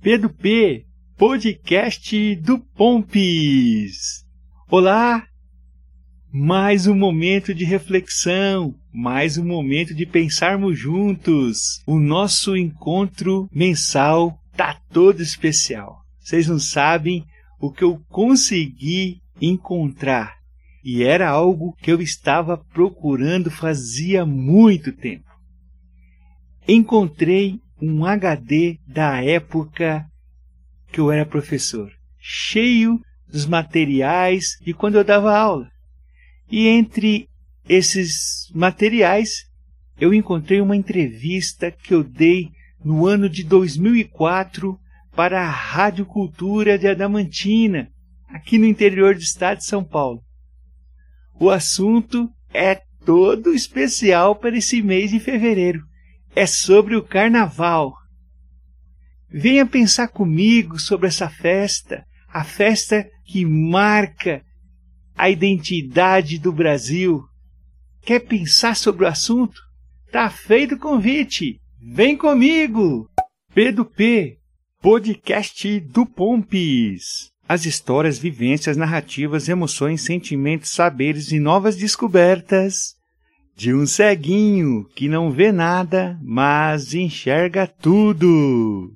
P2P, podcast do Pompis. Olá, mais um momento de reflexão, mais um momento de pensarmos juntos. O nosso encontro mensal tá todo especial. Vocês não sabem o que eu consegui encontrar. E era algo que eu estava procurando fazia muito tempo. Encontrei um HD da época que eu era professor, cheio dos materiais de quando eu dava aula. E entre esses materiais, eu encontrei uma entrevista que eu dei no ano de 2004 para a Rádio Cultura de Adamantina, aqui no interior do estado de São Paulo. O assunto é todo especial para esse mês de fevereiro. É sobre o Carnaval. Venha pensar comigo sobre essa festa, a festa que marca a identidade do Brasil. Quer pensar sobre o assunto? Tá feito o convite. Vem comigo! P2P, podcast do Pompis. As histórias, vivências, narrativas, emoções, sentimentos, saberes e novas descobertas de um ceguinho que não vê nada, mas enxerga tudo.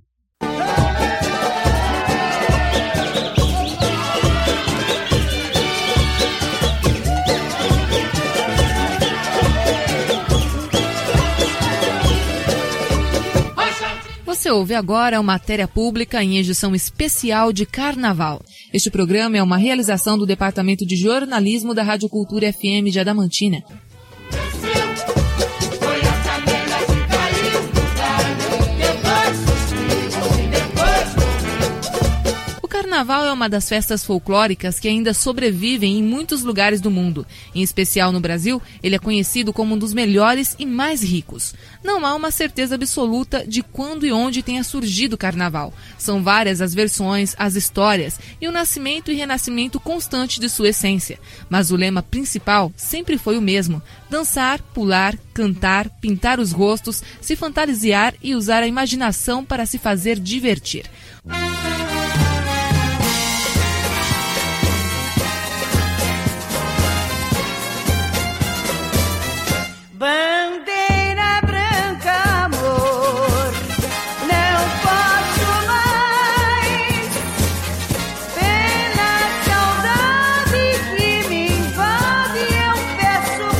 Você ouve agora uma matéria pública em edição especial de Carnaval. Este programa é uma realização do Departamento de Jornalismo da Rádio Cultura FM de Adamantina. O Carnaval é uma das festas folclóricas que ainda sobrevivem em muitos lugares do mundo. Em especial no Brasil, ele é conhecido como um dos melhores e mais ricos. Não há uma certeza absoluta de quando e onde tenha surgido o Carnaval. São várias as versões, as histórias e o nascimento e renascimento constante de sua essência. Mas o lema principal sempre foi o mesmo: dançar, pular, cantar, pintar os rostos, se fantasiar e usar a imaginação para se fazer divertir. Bandeira branca, amor, não posso mais, pela saudade que me invade, eu peço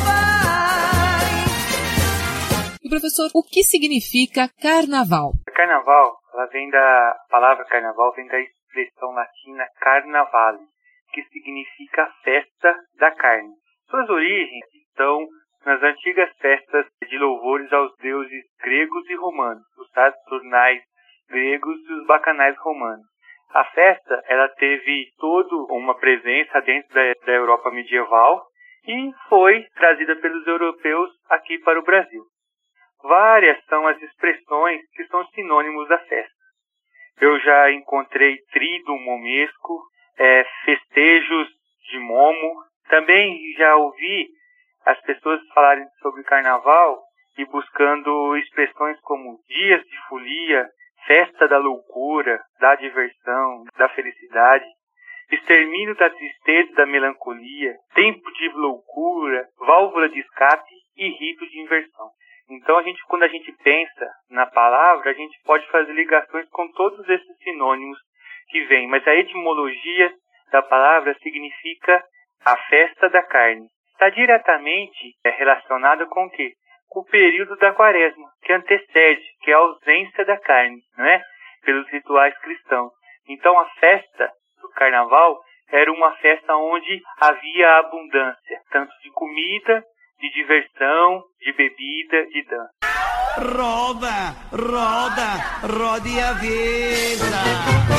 paz. E professor, o que significa Carnaval? Carnaval, a palavra carnaval vem da expressão latina carnavale, que significa festa da carne. Suas origens estão nas antigas festas de louvores aos deuses gregos e romanos, os saturnais gregos e os bacanais romanos. A festa ela teve toda uma presença dentro da Europa medieval e foi trazida pelos europeus aqui para o Brasil. Várias são as expressões que são sinônimos da festa. Eu já encontrei trido momesco, festejos de momo. Também já ouvi as pessoas falarem sobre carnaval e buscando expressões como dias de folia, festa da loucura, da diversão, da felicidade, extermínio da tristeza e da melancolia, tempo de loucura, válvula de escape e rito de inversão. Então, quando a gente pensa na palavra, a gente pode fazer ligações com todos esses sinônimos que vêm, mas a etimologia da palavra significa a festa da carne. Está diretamente relacionada com o quê? Com o período da quaresma, que antecede, que é a ausência da carne, não é? Pelos rituais cristãos. Então a festa do carnaval era uma festa onde havia abundância, tanto de comida, de diversão, de bebida, de dança. Roda, roda, rode a vida.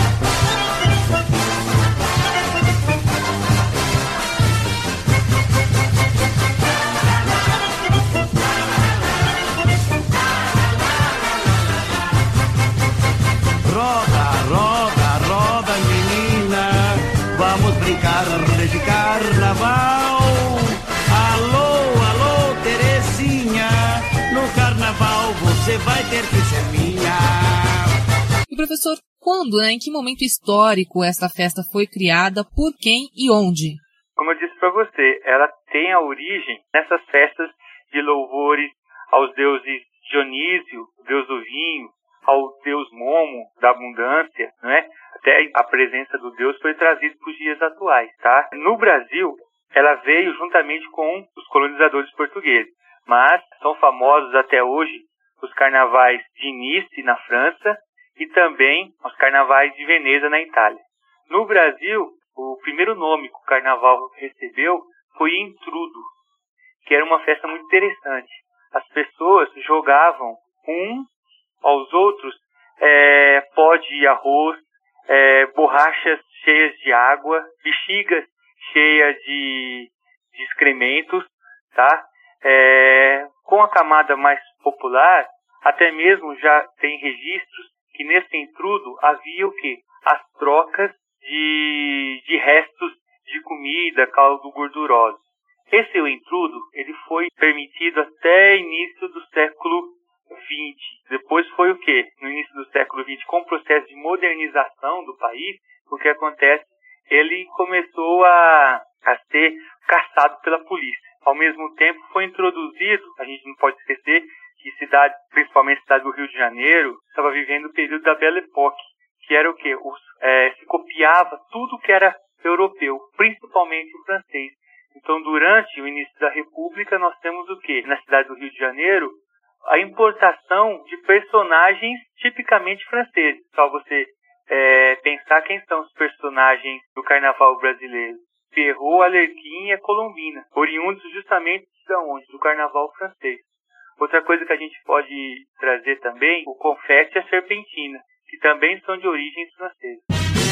De carnaval. Alô, alô, Terezinha, no carnaval você vai ter que ser minha. E professor, quando, em que momento histórico esta festa foi criada, por quem e onde? Como eu disse para você, ela tem a origem nessas festas de louvores aos deuses Dionísio, deus do vinho, ao deus Momo, da abundância, não é? Até a presença do deus foi trazida para os dias atuais, tá? No Brasil, ela veio juntamente com os colonizadores portugueses, mas são famosos até hoje os carnavais de Nice, na França, e também os carnavais de Veneza, na Itália. No Brasil, o primeiro nome que o carnaval recebeu foi Intrudo, que era uma festa muito interessante. As pessoas jogavam aos outros pó de arroz, borrachas cheias de água, bexigas cheias de excrementos, tá? Com a camada mais popular, até mesmo já tem registros que nesse intrudo havia o quê? As trocas de restos de comida, caldo gorduroso. Esse intrudo, ele foi permitido até início do século XX. Depois foi o quê? No início do século XX, com o processo de modernização do país, o que acontece? Ele começou a ser caçado pela polícia. Ao mesmo tempo, foi introduzido, a gente não pode esquecer, que cidades, principalmente a cidade do Rio de Janeiro, estava vivendo o período da Belle Époque, que era o quê? Se copiava tudo que era europeu, principalmente o francês. Então, durante o início da República, nós temos o quê? Na cidade do Rio de Janeiro, a importação de personagens tipicamente franceses. Só você pensar quem são os personagens do carnaval brasileiro. Pierrot, Arlequim e a Colombina, oriundos justamente de onde? Do carnaval francês. Outra coisa que a gente pode trazer também, o confete e a serpentina, que também são de origens francesas.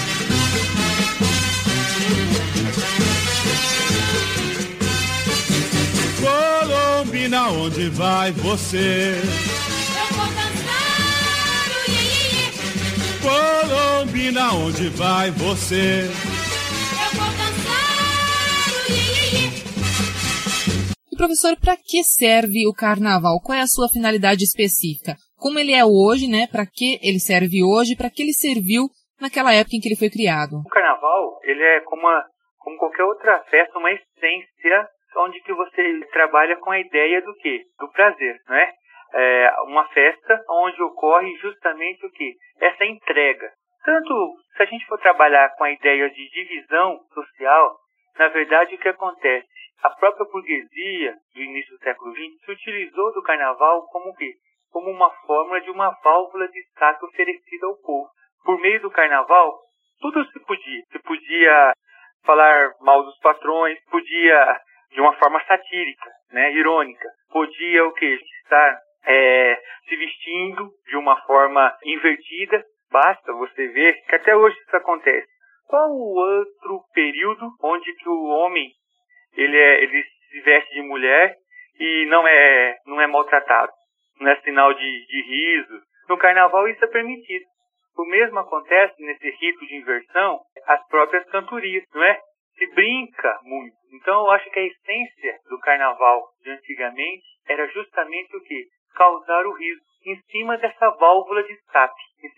Colombina, onde vai você? Eu vou dançar o iê, iê, iê. Colombina, onde vai você? Eu vou dançar o iê, iê, iê. E professor, para que serve o carnaval? Qual é a sua finalidade específica? Como ele é hoje, para que ele serve hoje, para que ele serviu naquela época em que ele foi criado? O carnaval, ele é como qualquer outra festa, uma essência onde que você trabalha com a ideia do quê? Do prazer, não é? Uma festa onde ocorre justamente o quê? Essa entrega. Tanto, se a gente for trabalhar com a ideia de divisão social, na verdade o que acontece? A própria burguesia do início do século XX se utilizou do carnaval como o quê? Como uma fórmula de uma válvula de escape oferecida ao povo. Por meio do carnaval, tudo se podia. Se podia falar mal dos patrões, podia de uma forma satírica, irônica. Podia o quê? Estar se vestindo de uma forma invertida. Basta você ver que até hoje isso acontece. Qual o outro período onde que o homem ele se veste de mulher e não é maltratado? Não é sinal de riso. No carnaval isso é permitido. O mesmo acontece nesse rito de inversão, as próprias cantorias, não é? Se brinca muito. Então eu acho que a essência do carnaval de antigamente era justamente o quê? Causar o riso em cima dessa válvula de escape.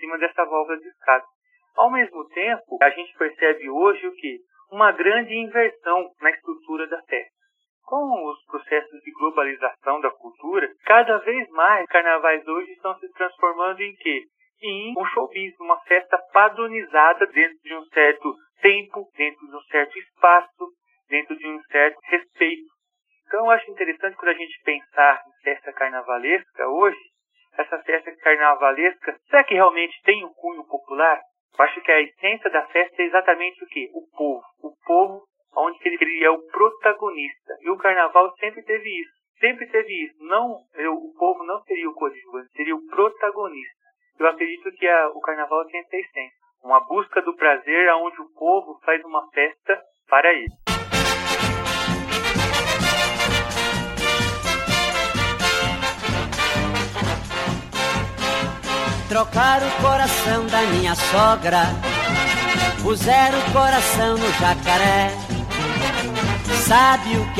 Ao mesmo tempo, a gente percebe hoje o quê? Uma grande inversão na estrutura da festa. Com os processos de globalização da cultura, cada vez mais carnavais hoje estão se transformando em quê? Em um showbiz, uma festa padronizada dentro de um certo tempo, dentro de um certo espaço, dentro de um certo respeito. Então eu acho interessante quando a gente pensar em festa carnavalesca hoje, essa festa carnavalesca, será que realmente tem um cunho popular? Eu acho que a essência da festa é exatamente o quê? O povo. O povo onde ele é o protagonista. E o carnaval sempre teve isso. O povo não seria o coadjuvante, seria o protagonista. Eu acredito que o carnaval tem essa essência. Uma busca do prazer onde o povo faz uma festa para ele. Trocaram o coração da minha sogra, puseram o coração no jacaré. Sabe o que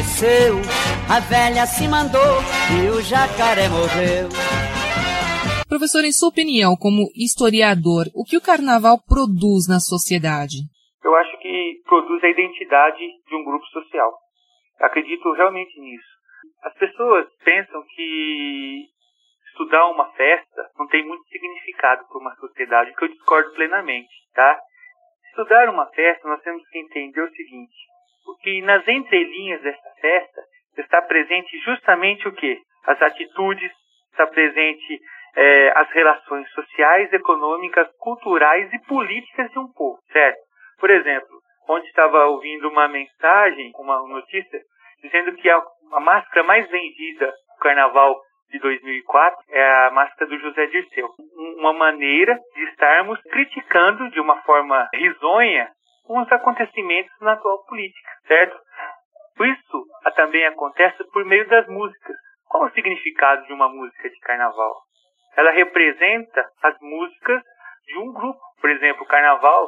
aconteceu? A velha se mandou e o jacaré morreu. Professor, em sua opinião, como historiador, o que o carnaval produz na sociedade? Eu acho que produz a identidade de um grupo social. Acredito realmente nisso. As pessoas pensam que estudar uma festa não tem muito significado para uma sociedade, o que eu discordo plenamente, tá? Estudar uma festa, nós temos que entender o seguinte, porque nas entrelinhas dessa festa está presente justamente o quê? As atitudes, está presente as relações sociais, econômicas, culturais e políticas de um povo, certo? Por exemplo, ontem estava ouvindo uma mensagem, uma notícia, dizendo que a máscara mais vendida do Carnaval de 2004 é a máscara do José Dirceu. Uma maneira de estarmos criticando de uma forma risonha os acontecimentos na atual política, certo? Isso também acontece por meio das músicas. Qual o significado de uma música de carnaval? Ela representa as músicas de um grupo. Por exemplo, o carnaval,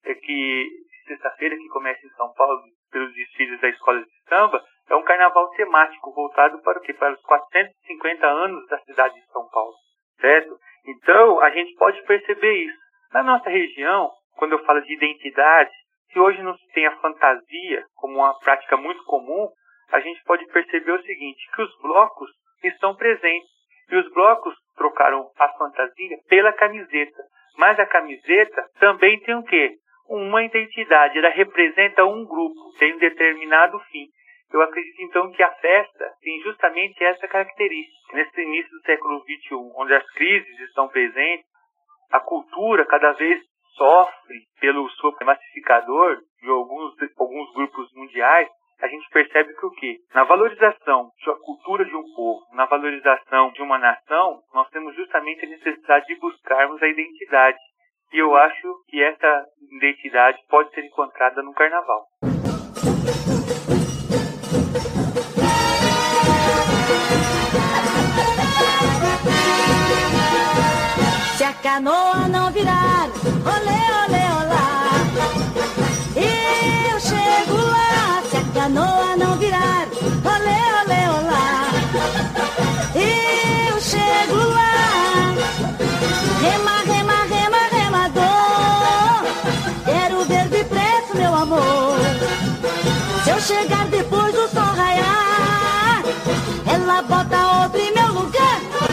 que sexta-feira que começa em São Paulo pelos desfiles da escola de samba, é um carnaval temático voltado para o quê? Para os 450 anos da cidade de São Paulo, certo? Então, a gente pode perceber isso. Na nossa região, quando eu falo de identidade, se hoje não se tem a fantasia como uma prática muito comum, a gente pode perceber o seguinte, que os blocos estão presentes. E os blocos trocaram a fantasia pela camiseta. Mas a camiseta também tem o quê? Uma identidade. Ela representa um grupo, tem um determinado fim. Eu acredito, então, que a festa tem justamente essa característica. Nesse início do século XXI, onde as crises estão presentes, a cultura cada vez sofre pelo seu massificador de alguns grupos mundiais, a gente percebe que o quê? Na valorização da cultura de um povo, na valorização de uma nação, nós temos justamente a necessidade de buscarmos a identidade. E eu acho que essa identidade pode ser encontrada no Carnaval. Se a canoa não virar, olê, olê, olá, eu chego lá. Se a canoa não virar, olê, olê, olá, eu chego lá. Rema, rema, rema, remador, quero verde e preto, meu amor. Se eu chegar depois do sol raiar, ela bota outro em meu lugar.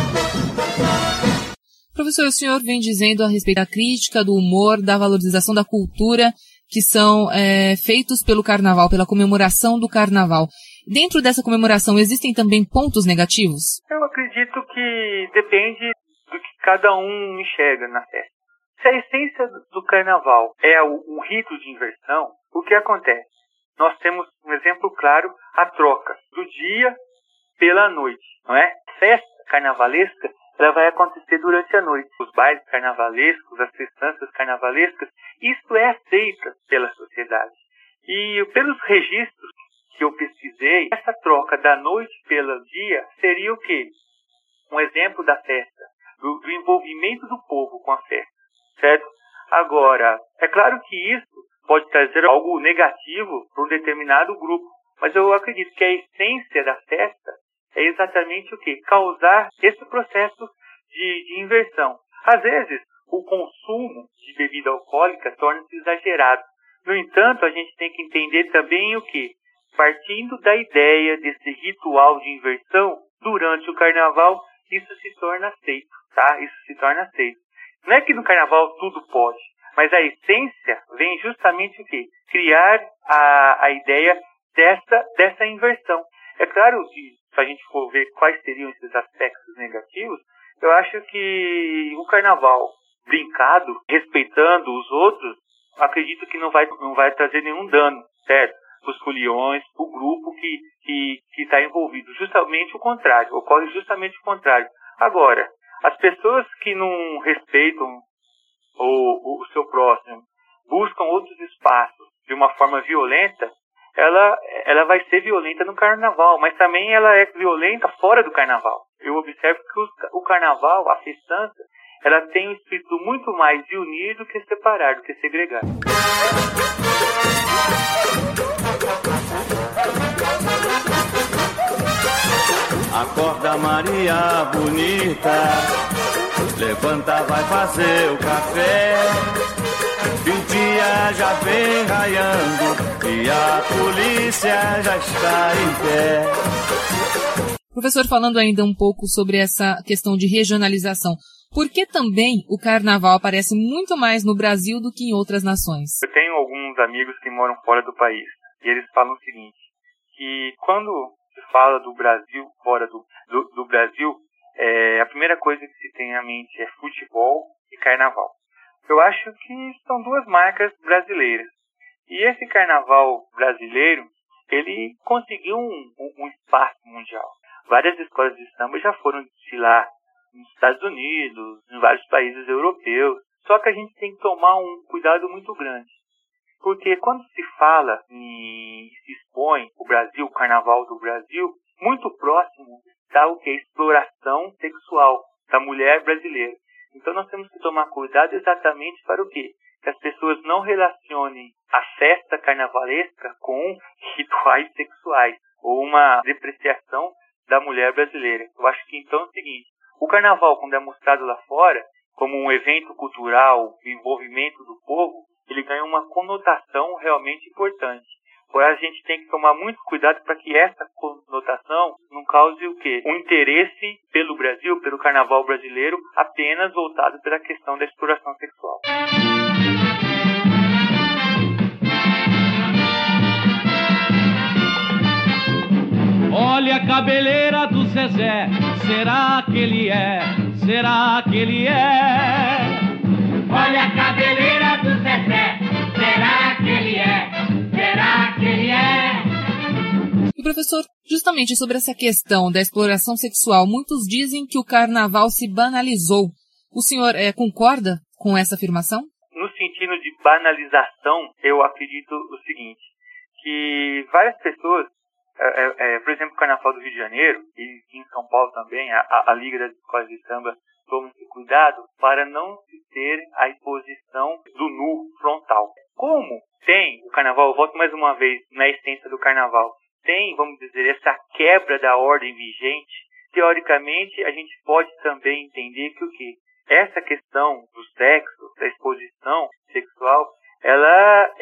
Professor, o senhor vem dizendo a respeito da crítica, do humor, da valorização da cultura que são feitos pelo Carnaval, pela comemoração do Carnaval. Dentro dessa comemoração, existem também pontos negativos? Eu acredito que depende do que cada um enxerga na festa. Se a essência do Carnaval é um rito de inversão, o que acontece? Nós temos um exemplo claro, a troca do dia pela noite, não é? A festa carnavalesca, ela vai acontecer durante a noite. Os bailes carnavalescos, as festanças carnavalescas, isso é aceito pela sociedade. E pelos registros que eu pesquisei, essa troca da noite pelo dia seria o quê? Um exemplo da festa, do envolvimento do povo com a festa, certo? Agora, é claro que isso pode trazer algo negativo para um determinado grupo, mas eu acredito que a essência da festa é exatamente o quê? Causar esse processo de inversão. Às vezes, o consumo de bebida alcoólica torna-se exagerado. No entanto, a gente tem que entender também o quê? Partindo da ideia desse ritual de inversão, durante o Carnaval, isso se torna aceito, tá? Isso se torna aceito. Não é que no Carnaval tudo pode, mas a essência vem justamente o quê? Criar a ideia dessa inversão. É claro que, se a gente for ver quais seriam esses aspectos negativos, eu acho que o Carnaval brincado, respeitando os outros, acredito que não vai trazer nenhum dano, certo? Os foliões, o grupo que está envolvido. Justamente o contrário, ocorre justamente o contrário. Agora, as pessoas que não respeitam o seu próximo, buscam outros espaços de uma forma violenta, ela vai ser violenta no Carnaval, mas também ela é violenta fora do Carnaval. Eu observo que o Carnaval, a festança, ela tem um espírito muito mais de unir do que separar, do que segregar. Acorda, Maria bonita, Levanta, vai fazer o café, que o dia já vem raiando e a polícia já está em pé. Professor, falando ainda um pouco sobre essa questão de regionalização, por que também o carnaval aparece muito mais no Brasil do que em outras nações? Eu tenho alguns amigos que moram fora do país e eles falam o seguinte, que quando se fala do Brasil, fora do Brasil, a primeira coisa que se tem à mente é futebol e carnaval. Eu acho que são duas marcas brasileiras. E esse carnaval brasileiro, ele conseguiu um espaço mundial. Várias escolas de samba já foram desfilar nos Estados Unidos, em vários países europeus. Só que a gente tem que tomar um cuidado muito grande. Porque quando se fala e se expõe o Brasil, o carnaval do Brasil, muito próximo está o que? A exploração sexual da mulher brasileira. Então nós temos que tomar cuidado exatamente para o quê? Que as pessoas não relacionem a festa carnavalesca com rituais sexuais ou uma depreciação da mulher brasileira. Eu acho que então é o seguinte, o carnaval, quando é mostrado lá fora, como um evento cultural, envolvimento do povo, ele ganha uma conotação realmente importante. Porém, a gente tem que tomar muito cuidado para que essa conotação não cause o quê? Um interesse pelo Brasil, pelo carnaval brasileiro, apenas voltado pela questão da exploração sexual. Olha a cabeleira do Zezé, será que ele é? Será que ele é? Olha a cabeleira do Zezé, será que ele é? Será que ele é? E professor, justamente sobre essa questão da exploração sexual, muitos dizem que o carnaval se banalizou. O senhor concorda com essa afirmação? No sentido de banalização, eu acredito o seguinte, que várias pessoas, por exemplo, o Carnaval do Rio de Janeiro, e em São Paulo também, a Liga das Escolas de Samba toma esse cuidado para não se ter a exposição do nu frontal. Como tem o Carnaval, eu volto mais uma vez na essência do Carnaval, tem, vamos dizer, essa quebra da ordem vigente, teoricamente a gente pode também entender que o quê? Essa questão do sexo, da exposição sexual, ela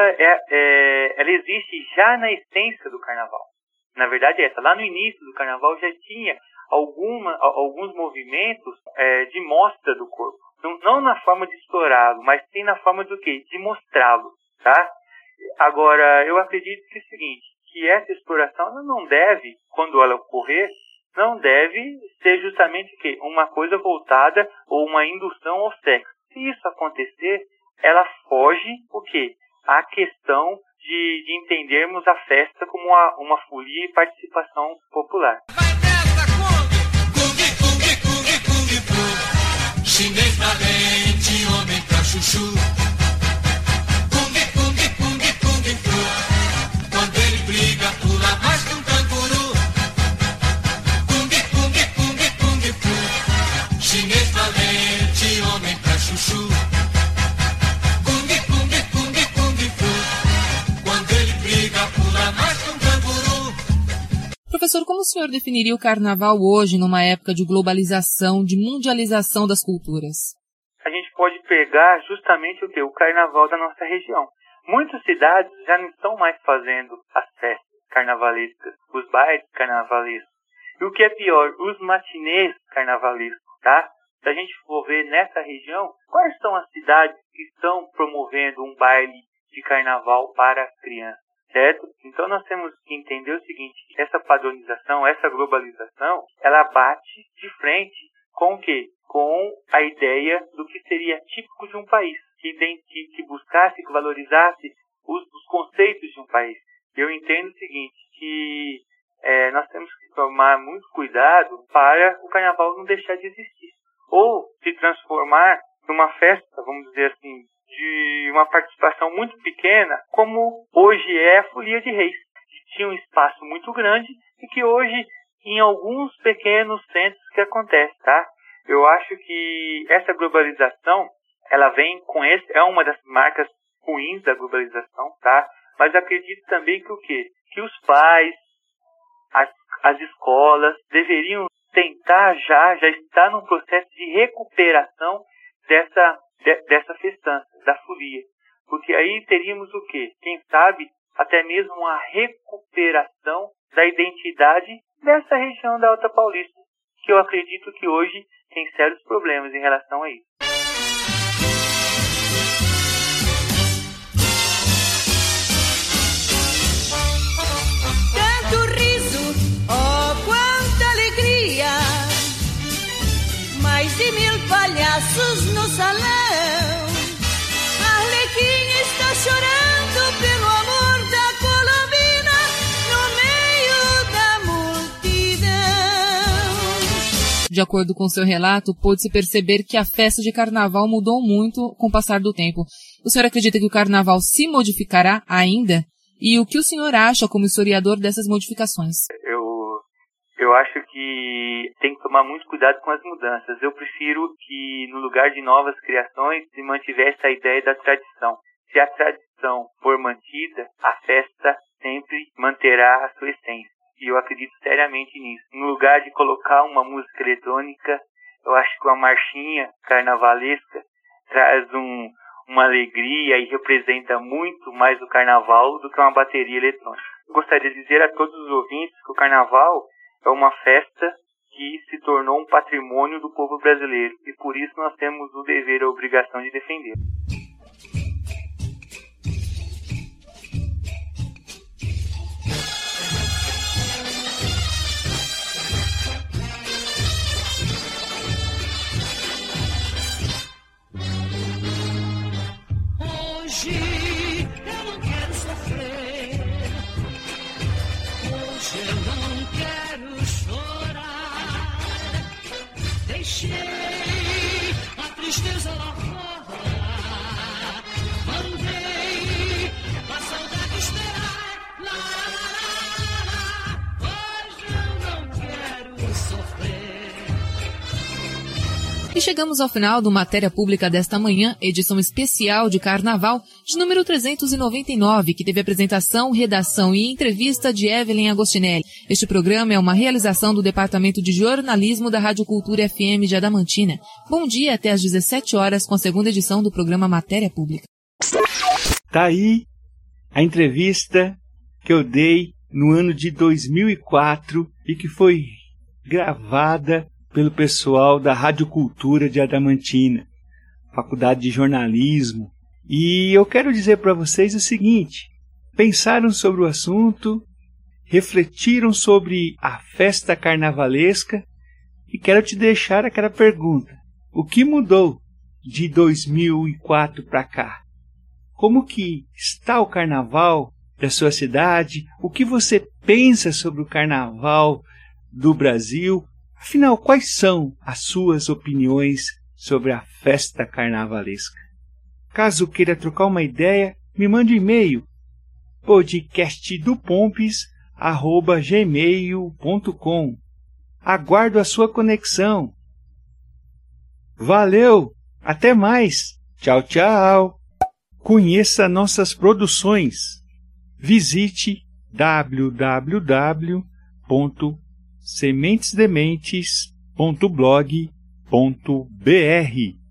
existe já na essência do Carnaval. Na verdade é essa. Lá no início do Carnaval já tinha alguns movimentos de mostra do corpo. Não na forma de explorá-lo, mas sim na forma do quê? De mostrá-lo, tá? Agora, eu acredito que é o seguinte, que essa exploração não deve, quando ela ocorrer, não deve ser justamente o quê? Uma coisa voltada ou uma indução ao sexo. Se isso acontecer, ela foge o quê? A questão de entendermos a festa como uma folia e participação popular. Vai nessa, Kung! Kung, fu. Chinês valente, homem pra chuchu. Kung, fu. Quando ele briga, pula mais que um canguru. Kung, fu. Chinês valente, homem pra chuchu. Professor, como o senhor definiria o carnaval hoje, numa época de globalização, de mundialização das culturas? A gente pode pegar justamente o quê? O carnaval da nossa região. Muitas cidades já não estão mais fazendo as festas carnavalescas, os bailes carnavalescos. E o que é pior, os matinês carnavalescos, tá? Se a gente for ver nessa região, quais são as cidades que estão promovendo um baile de carnaval para crianças? Certo? Então nós temos que entender o seguinte, essa padronização, essa globalização, ela bate de frente com o quê? Com a ideia do que seria típico de um país, que buscasse, que valorizasse os conceitos de um país. Eu entendo o seguinte, que nós temos que tomar muito cuidado para o carnaval não deixar de existir, ou se transformar numa festa, vamos dizer assim, de uma participação muito pequena, como hoje é a Folia de Reis, que tinha um espaço muito grande e que hoje, em alguns pequenos centros que acontece, tá? Eu acho que essa globalização, ela vem com é uma das marcas ruins da globalização, tá? Mas acredito também que o quê? Que os pais, as escolas deveriam tentar já estar num processo de recuperação dessa festança, da folia. Porque aí teríamos o quê? Quem sabe até mesmo uma recuperação da identidade dessa região da Alta Paulista, que eu acredito que hoje tem sérios problemas em relação a isso. Tanto riso, oh quanta alegria, mais de 1000 palhaços no salão. A Arlequinha está chorando pelo amor da Colombina no meio da multidão. De acordo com seu relato, pôde-se perceber que a festa de carnaval mudou muito com o passar do tempo. O senhor acredita que o carnaval se modificará ainda? E o que o senhor acha como historiador dessas modificações? Eu acho que tem que tomar muito cuidado com as mudanças. Eu prefiro que no lugar de novas criações se mantivesse a ideia da tradição. Se a tradição for mantida, a festa sempre manterá a sua essência. E eu acredito seriamente nisso. No lugar de colocar uma música eletrônica, eu acho que uma marchinha carnavalesca traz uma alegria e representa muito mais o carnaval do que uma bateria eletrônica. Eu gostaria de dizer a todos os ouvintes que o carnaval é uma festa que se tornou um patrimônio do povo brasileiro e por isso nós temos o dever e a obrigação de defendê-lo. A tristeza lá fora, mandei a saudade esperar. Lá, lá, lá, lá, hoje eu não quero sofrer. E chegamos ao final do Matéria Pública desta manhã, edição especial de Carnaval, de número 399, que teve apresentação, redação e entrevista de Evelyn Agostinelli. Este programa é uma realização do Departamento de Jornalismo da Rádio Cultura FM de Adamantina. Bom dia até às 17 horas com a segunda edição do programa Matéria Pública. Tá aí a entrevista que eu dei no ano de 2004 e que foi gravada pelo pessoal da Rádio Cultura de Adamantina, Faculdade de Jornalismo. E eu quero dizer para vocês o seguinte: pensaram sobre o assunto, refletiram sobre a festa carnavalesca e quero te deixar aquela pergunta: o que mudou de 2004 para cá? Como que está o carnaval da sua cidade? O que você pensa sobre o carnaval do Brasil? Afinal, quais são as suas opiniões sobre a festa carnavalesca? Caso queira trocar uma ideia, me mande um e-mail: podcastdopompis@gmail.com. Aguardo a sua conexão. Valeu! Até mais! Tchau, tchau! Conheça nossas produções. Visite www.sementesdementes.blog.br